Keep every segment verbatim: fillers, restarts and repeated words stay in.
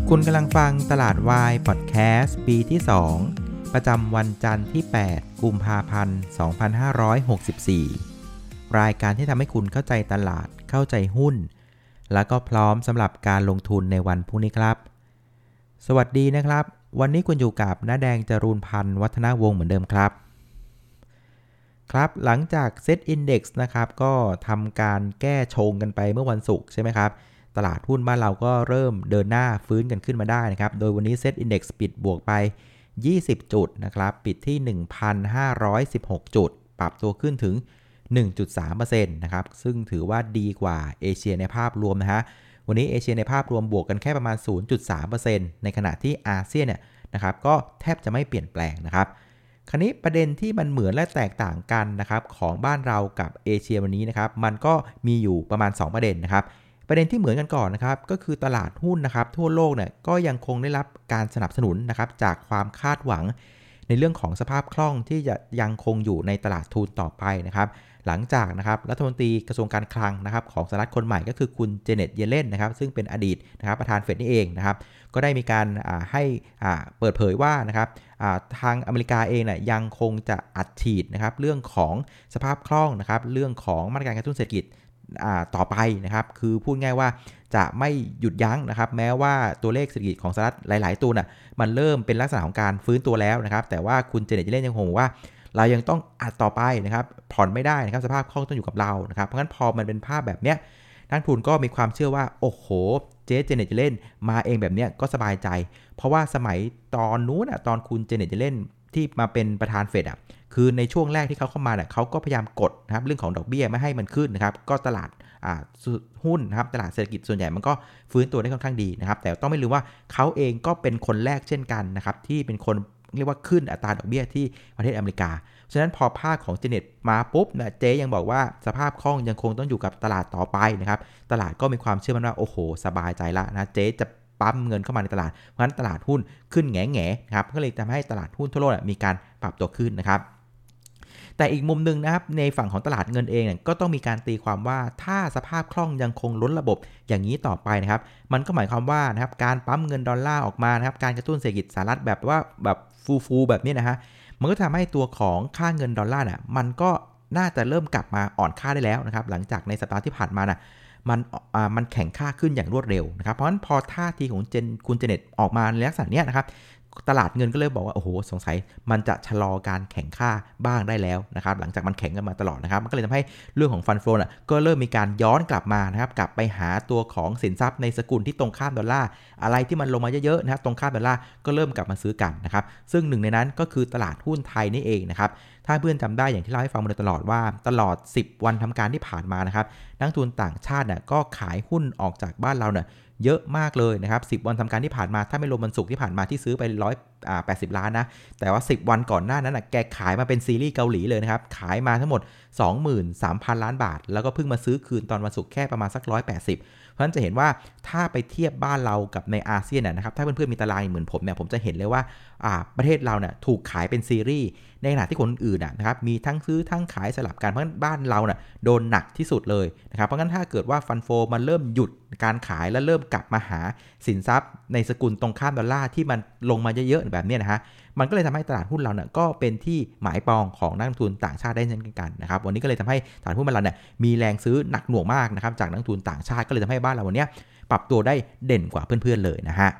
คุณกำลังฟังตลาดวายพอดแคสต์ปีที่สองประจำวันจันทร์ที่แปดกุมภาพันธ์สองพันห้าร้อยหกสิบสี่รายการที่ทำให้คุณเข้าใจตลาดเข้าใจหุ้นแล้วก็พร้อมสำหรับการลงทุนในวันพรุ่งนี้ครับสวัสดีนะครับวันนี้คุณอยู่กับน้าแดงจรูนพันธ์วัฒนวงศ์เหมือนเดิมครับครับหลังจาก Set Index นะครับก็ทำการแก้ชงกันไปเมื่อวันศุกร์ใช่ไหมครับตลาดหุ้นบ้านเราก็เริ่มเดินหน้าฟื้นกันขึ้นมาได้นะครับโดยวันนี้ Set Index ปิดบวกไปยี่สิบจุดนะครับปิดที่ หนึ่งพันห้าร้อยสิบหก จุดปรับตัวขึ้นถึง หนึ่งจุดสามเปอร์เซ็นต์ นะครับซึ่งถือว่าดีกว่าเอเชียในภาพรวมนะฮะวันนี้เอเชียในภาพรวมบวกกันแค่ประมาณ ศูนย์จุดสามเปอร์เซ็นต์ ในขณะที่อาเซียนเนี่ยนะครับก็แทบจะไม่เปลี่ยนแปลงนะครับคราวนี้ประเด็นที่มันเหมือนและแตกต่างกันนะครับของบ้านเรากับเอเชียวันนี้นะครับมันก็มีอยู่ประมาณสองประเด็นนะครับประเด็นที่เหมือนกันก่อนนะครับก็คือตลาดหุ้นนะครับทั่วโลกเนี่ยก็ยังคงได้รับการสนับสนุนนะครับจากความคาดหวังในเรื่องของสภาพคล่องที่จะยังคงอยู่ในตลาดทุนต่อไปนะครับหลังจากนะครับรัฐมนตรีกระทรวงการคลังนะครับของสหรัฐคนใหม่ก็คือคุณเจเน็ตเยเลนนะครับซึ่งเป็นอดีตนะครับประธานเฟดนี่เองนะครับก็ได้มีการให้เปิดเผยว่านะครับทางอเมริกาเองเนี่ยยังคงจะอัดฉีดนะครับเรื่องของสภาพคล่องนะครับเรื่องของมาตรการกระตุ้นเศรษฐกิจต่อไปนะครับคือพูดง่ายว่าจะไม่หยุดยั้งนะครับแม้ว่าตัวเลขเศรษฐกิจของสหรัฐหลายๆตัวน่ะมันเริ่มเป็นลักษณะของการฟื้นตัวแล้วนะครับแต่ว่าคุณเจเน็ตเยเลนยังคงบอกว่าเรายังต้องอัดต่อไปนะครับผ่อนไม่ได้นะครับสภาพคล่องต้องอยู่กับเรานะครับเพราะงั้นพอมันเป็นภาพแบบเนี้ยนักทุนก็มีความเชื่อว่าโอ้โหเจ๊เจเน็ตเยเลนมาเองแบบเนี้ยก็สบายใจเพราะว่าสมัยตอนนู้นอ่ะตอนคุณเจเน็ตเยเลนที่มาเป็นประธานเฟดอ่ะคือในช่วงแรกที่เขาเข้ามาเนี่ยเขาก็พยายามกดนะครับเรื่องของดอกเบี้ยไม่ให้มันขึ้นนะครับก็ตลาดหุ้นนะครับตลาดเศรษฐกิจส่วนใหญ่มันก็ฟื้นตัวได้ค่อนข้างดีนะครับแต่ต้องไม่ลืมว่าเขาเองก็เป็นคนแรกเช่นกันนะครับที่เป็นคนเรียกว่าขึ้นอัตราดอกเบี้ยที่ประเทศอเมริกาฉะนั้นพอภาคของเจเน็ตมาปุ๊บนะเจ๊ยังบอกว่าสภาพคล่องยังคงต้องอยู่กับตลาดต่อไปนะครับตลาดก็มีความเชื่อมั่นว่าโอ้โหสบายใจละนะเจ๊จะปั๊มเงินเข้ามาในตลาดเพราะฉะนั้นตลาดหุ้นขึ้นแง่แง่นะครับก็เลยทำให้ตลาดหุ้นทั่วโลกมีการปรับตัวขึ้นนะครับแต่อีกมุมนึงนะครับในฝั่งของตลาดเงินเองเนี่ยก็ต้องมีการตีความว่าถ้าสภาพคล่องยังคงล้นระบบอย่างนี้ต่อไปนะครับมันก็หมายความว่านะครับการปั๊มเงินดอลลาร์ออกมานะครับการกระตุ้นเศรษฐกิจสหรัฐแบบว่าแบบฟูๆแบบนี้นะฮะมันก็ทำให้ตัวของค่าเงินดอลลาร์น่ะมันก็น่าจะเริ่มกลับมาอ่อนค่าได้แล้วนะครับหลังจากในสัปดาห์ที่ผ่านมาน่ะมันอ่ามันแข็งค่าขึ้นอย่างรวดเร็วนะครับเพราะฉะนั้นพอท่าทีของเจนคุณเจเน็ตออกมาในลักษณะนี้นะครับตลาดเงินก็เลยบอกว่าโอ้โหสงสัยมันจะชะลอการแข่งค่าบ้างได้แล้วนะครับหลังจากมันแข่งกันมาตลอดนะครับมันก็เลยทำให้เรื่องของฟันโฟลน่ะก็เริ่มมีการย้อนกลับมานะครับกลับไปหาตัวของสินทรัพย์ในสกุลที่ตรงข้ามดอลลาร์อะไรที่มันลงมาเยอะๆนะครับตรงข้ามดอลลาร์ก็เริ่มกลับมาซื้อกันนะครับซึ่งหนึ่งในนั้นก็คือตลาดหุ้นไทยนี่เองนะครับถ้าเพื่อนจำได้อย่างที่เล่าให้ฟังมาโดยตลอดว่าตลอดสิบวันทำการที่ผ่านมานะครับนักทุนต่างชาติน่ะก็ขายหุ้นออกจากบ้านเราเนี่ยเยอะมากเลยนะครับสิบวันทำการที่ผ่านมาถ้าไม่รวมวันศุกร์ที่ผ่านมาที่ซื้อไปหนึ่งร้อยแปดสิบล้านนะแต่ว่าสิบวันก่อนหน้านั้นน่ะแกขายมาเป็นซีรีส์เกาหลีเลยนะครับขายมาทั้งหมด สองหมื่นสามพัน ล้านบาทแล้วก็เพิ่งมาซื้อคืนตอนวันศุกร์แค่ประมาณสักหนึ่งร้อยแปดสิบเพราะฉะนั้นจะเห็นว่าถ้าไปเทียบบ้านเรากับในอาเซียนนะครับถ้าเพื่อนๆมีตารางเหมือนผมเนี่ยผมจะเห็นเลยว่าประเทศเราเนี่ยถูกขายเป็นซีรีส์ในขณะที่คนอื่นนะครับมีทั้งซื้อทั้งขายสลับกันเพราะฉะนั้นบ้านเราเนี่ยโดนหนักที่สุดเลยนะครับเพราะงั้นถ้าเกิดว่าฟันโฟมันเริ่มหยุดการขายและเริ่มกลับมาหาสินทรัพย์ในสกุลตรงข้ามดอลลาร์ที่มันลงมาเยอะๆแบบนี้นะฮะมันก็เลยทำให้ตลาดหุ้นเราเนี่ยก็เป็นที่หมายปองของนักลงทุนต่างชาติได้เช่นกันนะครับวันนี้ก็เลยทำให้ตลาดหุ้นบ้านเราเนี่ยมีแรงซื้อหนักหน่วงมากนะครับจากนักลงทุนต่างชาติก็เลยทำให้บ้านเราวันนี้ปรับตัวได้เด่นกว่าเพื่อนๆเลยนะฮะ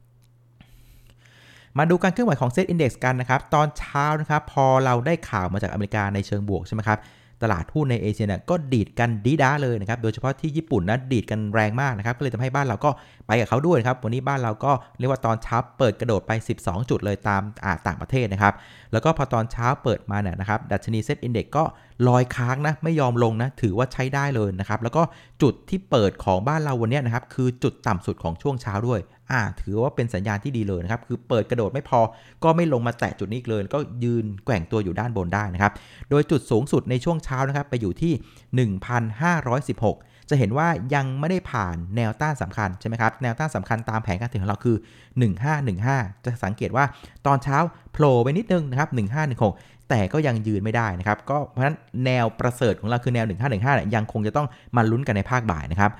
มาดูการเคลื่อนไหวของ Set Index กันนะครับตอนเช้านะครับพอเราได้ข่าวมาจากอเมริกาในเชิงบวกใช่ไหมครับตลาดหุ้นในเอเชียเนี่ยก็ดีดกันดีด้าเลยนะครับโดยเฉพาะที่ญี่ปุ่นนะดีดกันแรงมากนะครับก็เลยทำให้บ้านเราก็ไปกับเขาด้วยครับวันนี้บ้านเราก็เรียกว่าตอนเช้าเปิดกระโดดไปสิบสองจุดเลยตามต่างประเทศนะครับแล้วก็พอตอนเช้าเปิดมาเนี่ยนะครับดัชนี Set Index ก็ลอยค้างนะไม่ยอมลงนะถือว่าใช้ได้เลยนะครับแล้วก็จุดที่เปิดของบ้านเราวันนี้นะครับคือจุดต่ำสุดของช่วงเช้าด้วยอ่าถือว่าเป็นสัญญาณที่ดีเลยนะครับคือเปิดกระโดดไม่พอก็ไม่ลงมาแตะจุดนี้เลยก็ยืนแกว่งตัวอยู่ด้านบนได้นะครับโดยจุดสูงสุดในช่วงเช้านะครับไปอยู่ที่ หนึ่งพันห้าร้อยสิบหก จะเห็นว่ายังไม่ได้ผ่านแนวต้านสำคัญใช่ไหมครับแนวต้านสำคัญตามแผนการถือของเราคือหนึ่งพันห้าร้อยสิบห้าจะสังเกตว่าตอนเช้าโผล่ไปนิดนึงนะครับหนึ่งพันห้าร้อยสิบหกแต่ก็ยังยืนไม่ได้นะครับก็เพราะฉะนั้นแนวประเสริฐของเราคือแนวหนึ่งพันห้าร้อยสิบห้าเนี่ยยังคงจะต้องมาลุ้นกันในภาคบ่ายนะครับ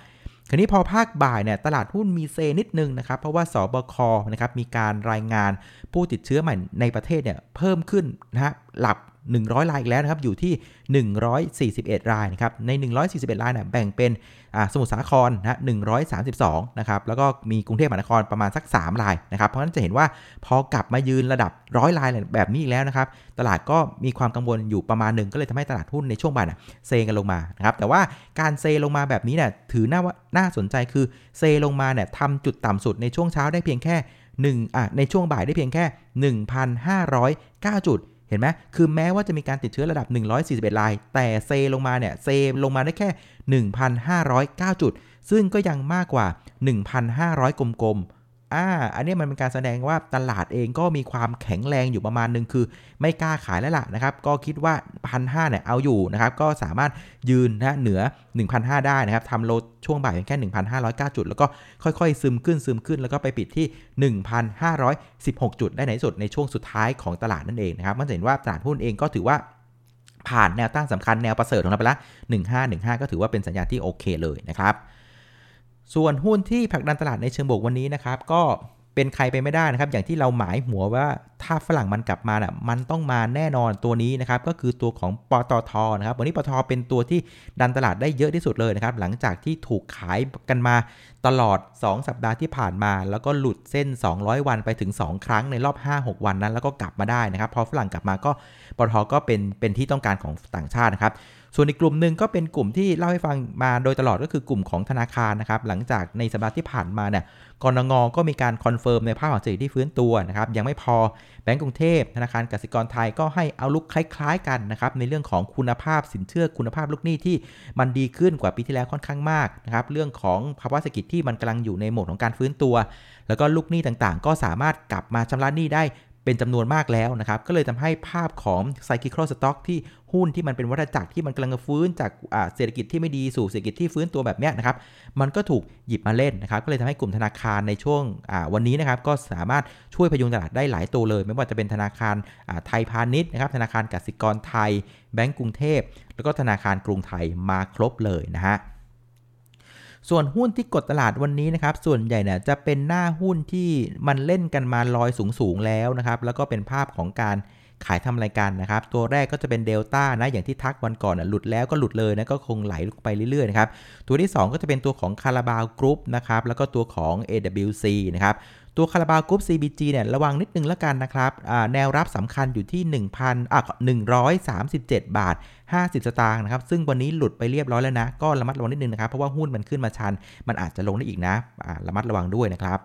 คราวนี้พอภาคบ่ายเนี่ยตลาดหุ้นมีเซนิดนึงนะครับเพราะว่าสบคนะครับมีการรายงานผู้ติดเชื้อใหม่ในประเทศเนี่ยเพิ่มขึ้นนะฮะหลักหนึ่งร้อยรายอีกแล้วนะครับอยู่ที่หนึ่งร้อยสี่สิบเอ็ดรายนะครับในหนึ่งร้อยสี่สิบเอ็ดรายเนี่ยแบ่งเป็นสมุทรสาครนะหนึ่งร้อยสามสิบสองนะครับแล้วก็มีกรุงเทพมหานครประมาณสักสามรายนะครับเพราะฉะนั้นจะเห็นว่าพอกลับมายืนระดับร้อยรายแบบนี้อีกแล้วนะครับตลาดก็มีความกังวลอยู่ประมาณหนึ่งก็เลยทำให้ตลาดหุ้นในช่วงบ่ายเซกันลงมานะครับแต่ว่าการเซลงมาแบบนี้เนี่ยถือน่าว่าน่าสนใจคือเซลงมาเนี่ยทำจุดต่ำสุดในช่วงเช้าได้เพียงแค่หนึ่งอ่ะในช่วงบ่ายได้เพียงแค่ หนึ่งพันห้าร้อยเก้า จุดเห็นไหมคือแม้ว่าจะมีการติดเชื้อระดับหนึ่งร้อยสี่สิบเอ็ดรายแต่เซลงมาเนี่ยเซลงมาได้แค่ หนึ่งพันห้าร้อยเก้า จุดซึ่งก็ยังมากกว่า หนึ่งพันห้าร้อย กลมๆอ่าอันนี้มันเป็นการแสดงว่าตลาดเองก็มีความแข็งแรงอยู่ประมาณนึงคือไม่กล้าขายแล้วล่ะนะครับก็คิดว่า หนึ่งพันห้าร้อย เนี่ยเอาอยู่นะครับก็สามารถยืนนะเหนือ หนึ่งพันห้าร้อย ได้นะครับทำโลช่วงบ่ายเพียงแค่ หนึ่งพันห้าร้อยเก้า จุดแล้วก็ค่อยๆซึมขึ้นซึมขึ้นแล้วก็ไปปิดที่ หนึ่งพันห้าร้อยสิบหก จุดได้ในที่สุดในช่วงสุดท้ายของตลาดนั่นเองนะครับมันจะเห็นว่าตลาดหุ้นเองก็ถือว่าผ่านแนวต้านสำคัญแนวประเสริฐของเราไปแล้วหนึ่งพันห้าร้อยสิบห้าก็ถือว่าเป็นสัญญาณที่โอเคเลยนะครับส่วนหุ้นที่ผลักดันตลาดในเชิงบวกวันนี้นะครับก็เป็นใครไปไม่ได้นะครับอย่างที่เราหมายหัวว่าถ้าฝรั่งมันกลับมาน่ะมันต้องมาแน่นอนตัวนี้นะครับก็คือตัวของปตท.นะครับวันนี้ปตท.เป็นตัวที่ดันตลาดได้เยอะที่สุดเลยนะครับหลังจากที่ถูกขายกันมาตลอดสองสัปดาห์ที่ผ่านมาแล้วก็หลุดเส้นสองร้อยวันไปถึงสองครั้งในรอบ ห้าหก วันนั้นแล้วก็กลับมาได้นะครับพอฝรั่งกลับมาก็ปตท.ก็เป็นเป็นที่ต้องการของต่างชาตินะครับส่วนอีกกลุ่มหนึ่งก็เป็นกลุ่มที่เล่าให้ฟังมาโดยตลอดก็คือกลุ่มของธนาคารนะครับหลังจากในสัปดาห์ที่ผ่านมาเนี่ยกนง.ก็มีการคอนเฟิร์มในภาพของเศรษฐกิจที่ฟื้นตัวนะครับยังไม่พอแบงก์กรุงเทพธนาคารกสิกรไทยก็ให้เอาลุกคล้ายๆกันนะครับในเรื่องของคุณภาพสินเชื่อคุณภาพลูกหนี้ที่มันดีขึ้นกว่าปีที่แล้วค่อนข้างมากนะครับเรื่องของภาวะเศรษฐกิจที่มันกำลังอยู่ในโหมดของการฟื้นตัวแล้วก็ลูกหนี้ต่างๆก็สามารถกลับมาชำระหนี้ได้เป็นจำนวนมากแล้วนะครับก็เลยทำให้ภาพของ cyclical stock ที่หุ้นที่มันเป็นวัฏจักรที่มันกำลังฟื้นจากเศรษฐกิจที่ไม่ดีสู่เศรษฐกิจที่ฟื้นตัวแบบนี้นะครับมันก็ถูกหยิบมาเล่นนะครับก็เลยทำให้กลุ่มธนาคารในช่วงวันนี้นะครับก็สามารถช่วยพยุงตลาดได้หลายตัวเลยไม่ว่าจะเป็นธนาคารไทยพาณิชย์นะครับธนาคารกสิกรไทยแบงก์กรุงเทพแล้วก็ธนาคารกรุงไทยมาครบเลยนะฮะส่วนหุ้นที่กดตลาดวันนี้นะครับส่วนใหญ่เนี่ยจะเป็นหน้าหุ้นที่มันเล่นกันมาลอยสูงๆแล้วนะครับแล้วก็เป็นภาพของการขายทำรายการนะครับตัวแรกก็จะเป็นเดลต้านะอย่างที่ทักวันก่อนหลุดแล้วก็หลุดเลยนะก็คงไหลไปเรื่อยๆนะครับตัวที่สองก็จะเป็นตัวของคาราบาวกรุ๊ปนะครับแล้วก็ตัวของ เอ ดับเบิลยู ซี นะครับตัวคาราบาวกรุ๊ป ซี บี จี เนี่ยระวังนิดนึงแล้วกันนะครับแนวรับสำคัญอยู่ที่ หนึ่งพันอ่ะหนึ่งร้อยสามสิบเจ็ดบาทห้าสิบสตางค์นะครับซึ่งวันนี้หลุดไปเรียบร้อยแล้วนะก็ระมัดระวังนิดนึงนะครับเพราะว่าหุ้นมันขึ้นมาชันมันอาจจะลงได้อีกนะระมัดระวังด้วยนะครับ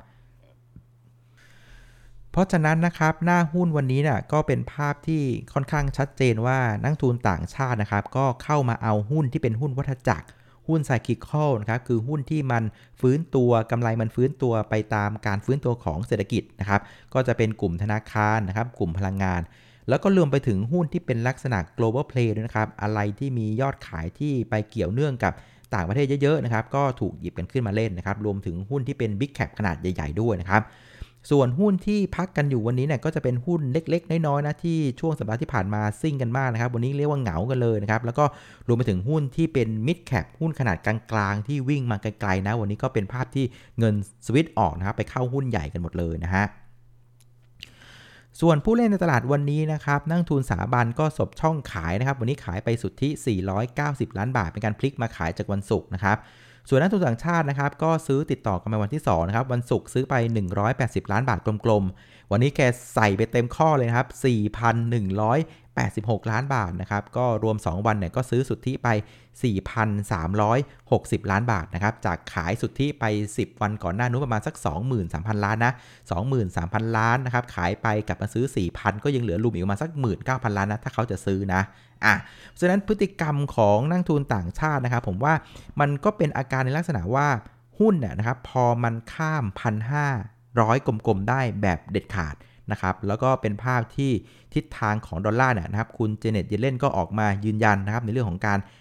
เพราะฉะนั้นนะครับหน้าหุ้นวันนี้เนี่ยก็เป็นภาพที่ค่อนข้างชัดเจนว่านักทุนต่างชาตินะครับก็เข้ามาเอาหุ้นที่เป็นหุ้นวัฏจักรหุ้นไซคลิคอลนะครับคือหุ้นที่มันฟื้นตัวกำไรมันฟื้นตัวไปตามการฟื้นตัวของเศรษฐกิจนะครับก็จะเป็นกลุ่มธนาคารนะครับกลุ่มพลังงานแล้วก็รวมไปถึงหุ้นที่เป็นลักษณะ global play ด้วยนะครับอะไรที่มียอดขายที่ไปเกี่ยวเนื่องกับต่างประเทศเยอะๆนะครับก็ถูกหยิบกันขึ้นมาเล่นนะครับรวมถึงหุ้นที่เป็น big cap ขนาดใหญ่ๆด้วยนะครับส่วนหุ้นที่พักกันอยู่วันนี้เนี่ยก็จะเป็นหุ้นเล็กๆน้อยๆนะที่ช่วงสัปดาห์ที่ผ่านมาซิ่งกันมากนะครับวันนี้เรียกว่าเหงากันเลยนะครับแล้วก็รวมไปถึงหุ้นที่เป็น mid cap หุ้นขนาดกลางๆที่วิ่งมาไกลๆนะวันนี้ก็เป็นภาพที่เงินสวิตช์ออกนะครับไปเข้าหุ้นใหญ่กันหมดเลยนะฮะส่วนผู้เล่นในตลาดวันนี้นะครับนักทุนสถาบันก็สบช่องขายนะครับวันนี้ขายไปสุทธิสี่ร้อยเก้าสิบล้านบาทเป็นการพลิกมาขายจากวันศุกร์นะครับส่วนนักทุนต่างชาตินะครับก็ซื้อติดต่อกันมาวันที่สองนะครับวันศุกร์ซื้อไปหนึ่งร้อยแปดสิบล้านบาทกลมๆวันนี้แกใส่ไปเต็มข้อเลยนะครับ สี่พันหนึ่งร้อยแปดสิบหกล้านบาทนะครับก็รวมสองวันเนี่ยก็ซื้อสุทธิไป สี่พันสามร้อยหกสิบล้านบาทนะครับจากขายสุทธิไปสิบวันก่อนหน้านู้นประมาณสัก สองหมื่นสามพัน ล้านนะ สองหมื่นสามพัน ล้านนะครับขายไปกลับมาซื้อ สี่พัน ก็ยังเหลือรูมอีกประมาณสัก หนึ่งหมื่นเก้าพัน ล้านนะถ้าเขาจะซื้อนะอ่ะฉะนั้นพฤติกรรมของนักทุนต่างชาตินะครับผมว่ามันก็เป็นอาการในลักษณะว่าหุ้นเนี่ยนะครับพอมันข้าม หนึ่งพันห้าร้อย กลมๆได้แบบเด็ดขาดนะครับแล้วก็เป็นภาพที่ทิศทางของดอลลาร์เนี่ยนะครับคุณเจเน็ตเยเลนก็ออกมายืนยันนะครับในเรื่องของการ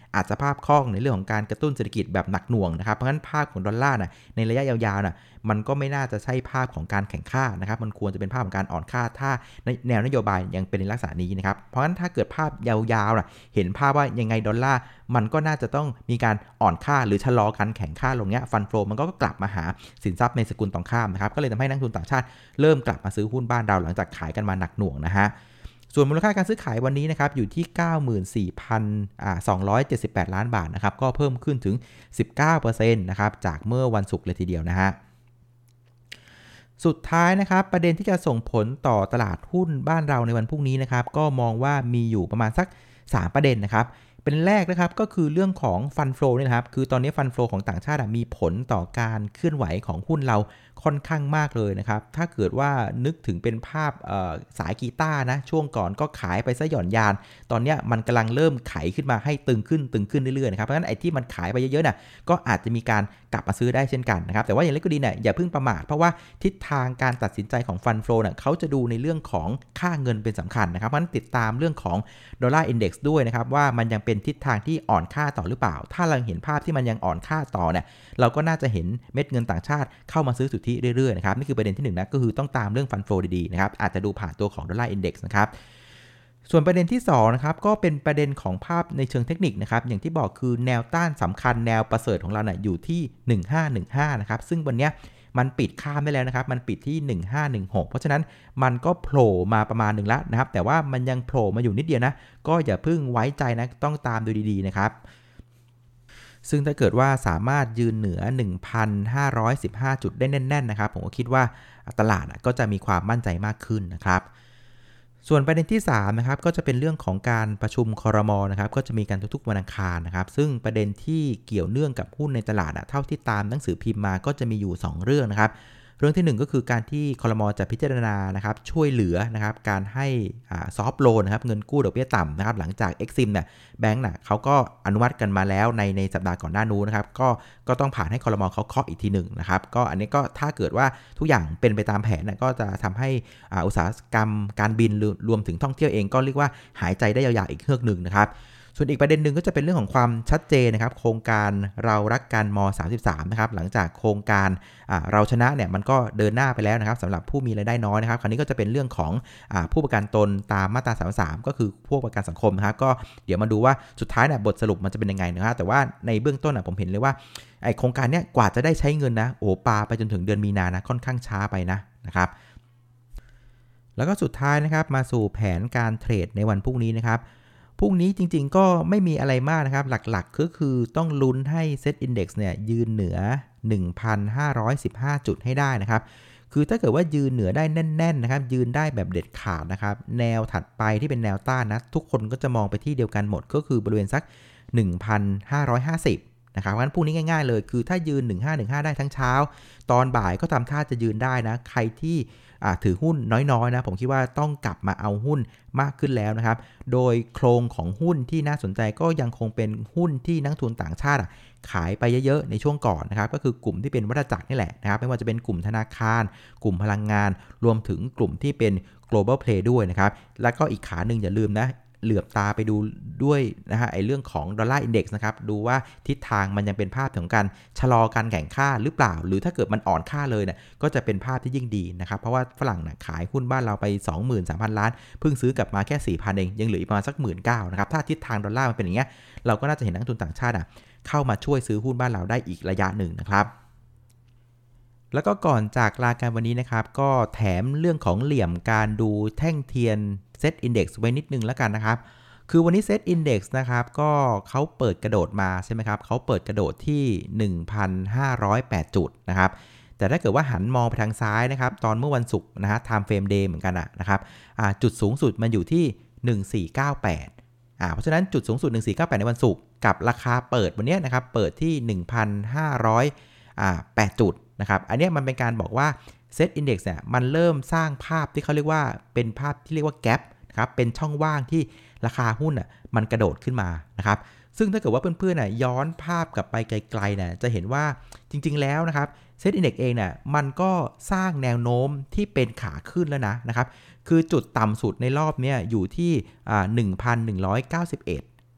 อาจจะภาพคล่องในเรื่องของการกระตุ้นเศรษฐกิจแบบหนักหน่วงนะครับเพราะฉะนั้นภาพของดอลลาร์น่ะในระยะยาวๆน่ะมันก็ไม่น่าจะใช่ภาพของการแข่งค่านะครับมันควรจะเป็นภาพของการอ่อนค่าถ้าแนวนโยบายยังเป็นในลักษณะนี้นะครับเพราะฉะนั้นถ้าเกิดภาพยาวๆน่ะเห็นภาพว่ายังไงดอลลาร์มันก็น่าจะต้องมีการอ่อนค่าหรือชะลอการแข่งค่าลงเนี้ยฟันโฟมันก็กลับมาหาสินทรัพย์ในสกุลตรงข้ามนะครับก็เลยทำให้นักทุนต่างชาติเริ่มกลับมาซื้อหุ้นบ้านเราหลังจากขายกันมาหนักหน่วงนะฮะส่วนมูลค่าการซื้อขายวันนี้นะครับอยู่ที่ เก้าหมื่นสี่พันสองร้อยเจ็ดสิบแปด ล้านบาทนะครับก็เพิ่มขึ้นถึง สิบเก้าเปอร์เซ็นต์ นะครับจากเมื่อวันศุกร์เลยทีเดียวนะฮะสุดท้ายนะครับประเด็นที่จะส่งผลต่อตลาดหุ้นบ้านเราในวันพรุ่งนี้นะครับก็มองว่ามีอยู่ประมาณสักสามประเด็นนะครับเป็นแรกนะครับก็คือเรื่องของฟันโฟนี่นะครับคือตอนนี้ฟันโฟของต่างชาติมีผลต่อการเคลื่อนไหวของหุ้นเราค่อนข้างมากเลยนะครับถ้าเกิดว่านึกถึงเป็นภาพสายกีตาร์นะช่วงก่อนก็ขายไปซะหย่อนยานตอนนี้มันกำลังเริ่มไขขึ้นมาให้ตึงขึ้นตึงขึ้นเรื่อยๆนะครับเพราะฉะนั้นไอ้ที่มันขายไปเยอะๆน่ะก็อาจจะมีการกลับมาซื้อได้เช่นกันนะครับแต่ว่าอย่างไรก็ดีเนี่ยอย่าเพิ่งประมาทเพราะว่าทิศทางการตัดสินใจของฟันโฟเนี่ยเขาจะดูในเรื่องของค่าเงินเป็นสำคัญนะครับเพราะฉะนั้นติดตามเรื่องของดอลลาร์อินเด็กซ์ด้วยนะครับว่ามันยังเป็นทิศทางที่อ่อนค่าต่อหรือเปล่าถ้าเราเห็นภาพที่มันยังอ่อนค่าต่อเนี่ยเราก็น่าจะเห็นเม็ดเงินต่างชาติเข้ามาซื้อสุทธิเรื่อยๆนะครับนี่คือประเด็นที่หนึ่งนะก็คือต้องตามเรื่องฟันโฟดีๆนะครับอาจจะดูผ่านตัวของดอลลาร์อินเด็กซ์นะครับส่วนประเด็นที่สองนะครับก็เป็นประเด็นของภาพในเชิงเทคนิคนะครับอย่างที่บอกคือแนวต้านสำคัญแนวประเสริฐของเราเนี่ยอยู่ที่หนึ่งพันห้าร้อยสิบห้านะครับซึ่งวันนี้มันปิดข้ามได้แล้วนะครับมันปิดที่หนึ่งพันห้าร้อยสิบหกเพราะฉะนั้นมันก็โผล่มาประมาณหนึ่งแล้วนะครับแต่ว่ามันยังโผล่มาอยู่นิดเดียวนะก็อย่าเพิ่งไว้ใจนะต้องตามดูดีๆนะครับซึ่งถ้าเกิดว่าสามารถยืนเหนือ หนึ่งพันห้าร้อยสิบห้า จุดได้แน่นๆนะครับผมก็คิดว่าตลาดก็จะมีความมั่นใจมากขึ้นนะครับส่วนประเด็นที่สามนะครับก็จะเป็นเรื่องของการประชุมครม.นะครับก็จะมีการทุกๆวันอังคารนะครับซึ่งประเด็นที่เกี่ยวเนื่องกับหุ้นในตลาดเท่าที่ตามหนังสือพิมพ์มาก็จะมีอยู่สองเรื่องนะครับเรื่องที่หนึ่งก็คือการที่ครม.จะพิจารณานะครับช่วยเหลือนะครับการให้ซอฟท์โลนนะครับเงินกู้ดอกเบี้ยต่ำนะครับหลังจาก Exim เนี่ยแบงก์น่ะเขาก็อนุมัติกันมาแล้วในในสัปดาห์ก่อนหน้านู้นนะครับก็ก็ต้องผ่านให้ครม.เขาเคาะอีกทีหนึ่งนะครับก็อันนี้ก็ถ้าเกิดว่าทุกอย่างเป็นไปตามแผนก็จะทำให้อุตสาหกรรมการบินรวมถึงท่องเที่ยวเองก็เรียกว่าหายใจได้ยาวๆอีกเฮือกหนึ่งนะครับส่วนอีกประเด็นหนึ่งก็จะเป็นเรื่องของความชัดเจนนะครับโครงการเรารักกันมสามสิบสามนะครับหลังจากโครงการเราชนะเนี่ยมันก็เดินหน้าไปแล้วนะครับสำหรับผู้มีรายได้น้อยนะครับคราวนี้ก็จะเป็นเรื่องของผู้ประกันตนตามมาตราสามสิบสามก็คือพวกประกันสังคมนะครับก็เดี๋ยวมาดูว่าสุดท้ายเนี่ยบทสรุปมันจะเป็นยังไงนะครับแต่ว่าในเบื้องต้นผมเห็นเลยว่าไอโครงการเนี้ยกว่าจะได้ใช้เงินนะโอ้ปาไปจนถึงเดือนมีนานะค่อนข้างช้าไปนะนะครับแล้วก็สุดท้ายนะครับมาสู่แผนการเทรดในวันพรุ่งนี้นะครับพรุ่งนี้จริงๆก็ไม่มีอะไรมากนะครับหลักๆก็คือต้องลุ้นให้ Set Index เนี่ยยืนเหนือ หนึ่งพันห้าร้อยสิบห้า จุดให้ได้นะครับคือถ้าเกิดว่ายืนเหนือได้แน่นๆนะครับยืนได้แบบเด็ดขาดนะครับแนวถัดไปที่เป็นแนวต้านนะทุกคนก็จะมองไปที่เดียวกันหมดก็คือบริเวณสัก หนึ่งพันห้าร้อยห้าสิบ นะครับเพราะฉะนั้นพรุ่งนี้ง่ายๆเลยคือถ้ายืนหนึ่งพันห้าร้อยสิบห้าได้ทั้งเช้าตอนบ่ายก็ทำท่าจะยืนได้นะใครที่ถือหุ้นน้อยๆนะผมคิดว่าต้องกลับมาเอาหุ้นมากขึ้นแล้วนะครับโดยโครงของหุ้นที่น่าสนใจก็ยังคงเป็นหุ้นที่นักทุนต่างชาติขายไปเยอะๆในช่วงก่อนนะครับก็คือกลุ่มที่เป็นวัฏจักรนี่แหละนะครับไม่ว่าจะเป็นกลุ่มธนาคารกลุ่มพลังงานรวมถึงกลุ่มที่เป็น global play ด้วยนะครับแล้วก็อีกขาหนึ่งอย่าลืมนะเหลือบตาไปดูด้วยนะฮะไอ้เรื่องของดอลลาร์อินเด็กซ์นะครับดูว่าทิศทางมันยังเป็นภาพของการชะลอการแข่งค่าหรือเปล่าหรือถ้าเกิดมันอ่อนค่าเลยเนี่ยก็จะเป็นภาพที่ยิ่งดีนะครับเพราะว่าฝรั่งนะขายหุ้นบ้านเราไป สองหมื่นสามพัน ล้านเพิ่งซื้อกลับมาแค่ สี่พัน เองยังเหลืออีกประมาณสัก หนึ่งหมื่นเก้าพัน นะครับถ้าทิศทางดอลลาร์มันเป็นอย่างเงี้ยเราก็น่าจะเห็นนักลงทุนต่างชาติอ่ะเข้ามาช่วยซื้อหุ้นบ้านเราได้อีกระยะหนึ่งนะครับแล้วก็ก่อนจากลาการวันนี้นะครับก็แถมเรื่องของเหลี่ยมการดูแท่งเทียน Set Index ไว้นิดนึงแล้วกันนะครับคือวันนี้ Set Index นะครับก็เขาเปิดกระโดดมาใช่ไหมครับเขาเปิดกระโดดที่ หนึ่งพันห้าร้อยแปด จุดนะครับแต่ถ้าเกิดว่าหันมองไปทางซ้ายนะครับตอนเมื่อวันศุกร์นะฮะ Time Frame Day เหมือนกันนะครับจุดสูงสุดมันอยู่ที่หนึ่งพันสี่ร้อยเก้าสิบแปดอ่าเพราะฉะนั้นจุดสูงสุดหนึ่งพันสี่ร้อยเก้าสิบแปดในวันศุกร์กับราคาเปิดวันนี้นะครับเปิดที่ หนึ่งพันห้าร้อยแปด จุดนะครับอันนี้มันเป็นการบอกว่า Set Index เนี่ยมันเริ่มสร้างภาพที่เขาเรียกว่าเป็นภาพที่เรียกว่า gap นะครับเป็นช่องว่างที่ราคาหุ้นอ่ะมันกระโดดขึ้นมานะครับซึ่งถ้าเกิดว่าเพื่อนๆน่ะย้อนภาพกลับไปไกลๆน่ะจะเห็นว่าจริงๆแล้วนะครับ Set Index เองน่ะมันก็สร้างแนวโน้มที่เป็นขาขึ้นแล้วนะนะครับคือจุดต่ำสุดในรอบนี้อยู่ที่อ่า หนึ่งพันหนึ่งร้อยเก้าสิบเอ็ด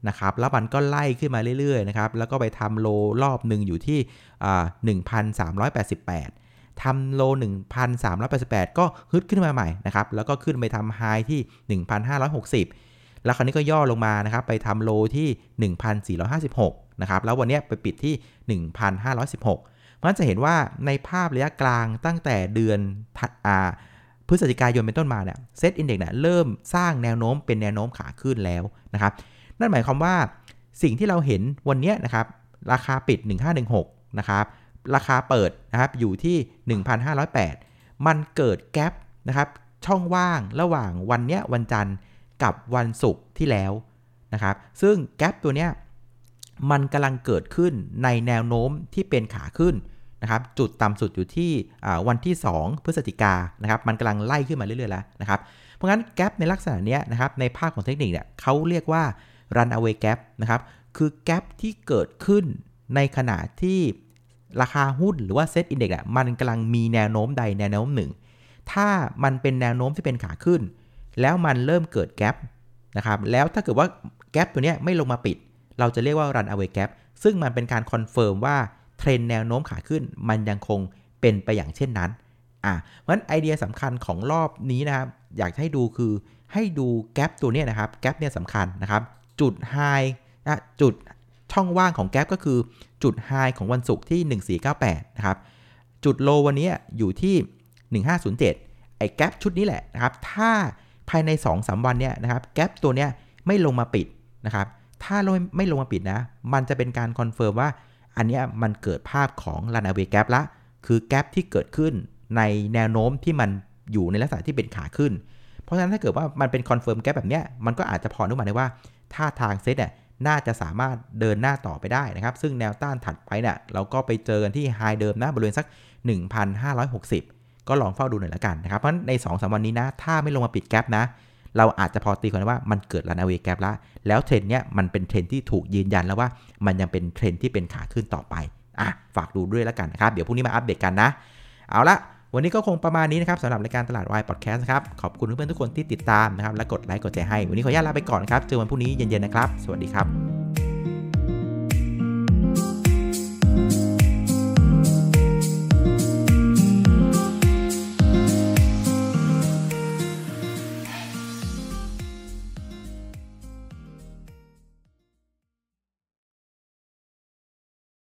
นะครับแล้วมันก็ไล่ขึ้นมาเรื่อยๆนะครับแล้วก็ไปทำโลรอบหนึ่งอยู่ที่อ่า หนึ่งพันสามร้อยแปดสิบแปด ทำโล หนึ่งพันสามร้อยแปดสิบแปด ก็ฮึดขึ้นมาใหม่นะครับแล้วก็ขึ้นไปทำไฮที่ หนึ่งพันห้าร้อยหกสิบ แล้วคราวนี้ก็ย่อลงมานะครับไปทำโลที่ หนึ่งพันสี่ร้อยห้าสิบหก นะครับแล้ววันนี้ไปปิดที่ หนึ่งพันห้าร้อยสิบหก มันจะเห็นว่าในภาพระยะกลางตั้งแต่เดือนอ่าพฤศจิกายนเป็นต้นมาเนี่ยเซตอินเด็กซ์เนี่ยเริ่มสร้างแนวโน้มเป็นแนวโน้มขาขึ้นแล้วนะครับนั่นหมายความว่าสิ่งที่เราเห็นวันนี้นะครับราคาปิดหนึ่งพันห้าร้อยสิบหกนะครับราคาเปิดนะครับอยู่ที่ หนึ่งพันห้าร้อยแปด มันเกิดแกปนะครับช่องว่างระหว่างวันเนี้ยวันจันทร์กับวันศุกร์ที่แล้วนะครับซึ่งแกปตัวเนี้ยมันกำลังเกิดขึ้นในแนวโน้มที่เป็นขาขึ้นนะครับจุดต่ำสุดอยู่ที่วันที่สองพฤศจิกายนนะครับมันกำลังไล่ขึ้นมาเรื่อยๆแล้วนะครับเพราะงั้นแกปในลักษณะนี้นะครับในภาคของเทคนิคเนี่ยเขาเรียกว่า runaway gap นะครับคือแกปที่เกิดขึ้นในขณะที่ราคาหุ้นหรือว่าเซ็ตอินเด็กซ์อ่ะมันกำลังมีแนวโน้มใดแนวโน้มหนึ่งถ้ามันเป็นแนวโน้มที่เป็นขาขึ้นแล้วมันเริ่มเกิดแกปนะครับแล้วถ้าเกิดว่าแกปตัวเนี้ยไม่ลงมาปิดเราจะเรียกว่า runaway gap ซึ่งมันเป็นการคอนเฟิร์มว่าเทรนแนวโน้มขาขึ้นมันยังคงเป็นไปอย่างเช่นนั้นอ่ะเพราะฉะนั้นไอเดียสำคัญของรอบนี้นะครับอยากให้ดูคือให้ดูแกปตัวเนี้ยนะครับแกปเนี่ยสำคัญนะครับจุดไฮนะจุดช่องว่างของแกปก็คือจุดไฮของวันศุกร์ที่หนึ่งพันสี่ร้อยเก้าสิบแปดนะครับจุดโลวันนี้อยู่ที่หนึ่งพันห้าร้อยเจ็ดไอ้แกปชุดนี้แหละนะครับถ้าภายใน สองถึงสาม วันเนี่ยนะครับแกปตัวเนี้ยไม่ลงมาปิดนะครับถ้าไม่ลงมาปิดนะมันจะเป็นการคอนเฟิร์มว่าอันนี้มันเกิดภาพของ runaway gap ละคือแกปที่เกิดขึ้นในแนวโน้มที่มันอยู่ในลักษณะที่เป็นขาขึ้นเพราะฉะนั้นถ้าเกิดว่ามันเป็นคอนเฟิร์มแกปแบบเนี้ยมันก็อาจจะพอนึกมาได้ว่าถ้าทางเซตเนี่ยน่าจะสามารถเดินหน้าต่อไปได้นะครับซึ่งแนวต้านถัดไปเนี่ยเราก็ไปเจอกันที่ไฮเดิมนะบริเวณสัก หนึ่งพันห้าร้อยหกสิบ ก็ลองเฝ้าดูหน่อยละกันนะครับเพราะฉะนั้นใน สองถึงสาม วันนี้นะถ้าไม่ลงมาปิดแกปนะเราอาจจะพอตีความได้ว่ามันเกิด runaway gap แล้วแล้วเทรนเนี้ยมันเป็นเทรนที่ถูกยืนยันแล้วว่ามันยังเป็นเทรนที่เป็นขาขึ้นต่อไปอ่ะฝากดูด้วยแล้วกันนะครับเดี๋ยวพรุ่งนี้มาอัปเดตกันนะเอาละวันนี้ก็คงประมาณนี้นะครับสำหรับรายการตลาดวายพอดแคสต์ครับขอบคุณเพื่อนๆทุกคนที่ติดตามนะครับและกดไลค์กดแชร์ให้วันนี้ขออนุญาตลาไปก่อนครับเจอวันพรุ่งนี้เย็นๆนะครับสวัสดีครับ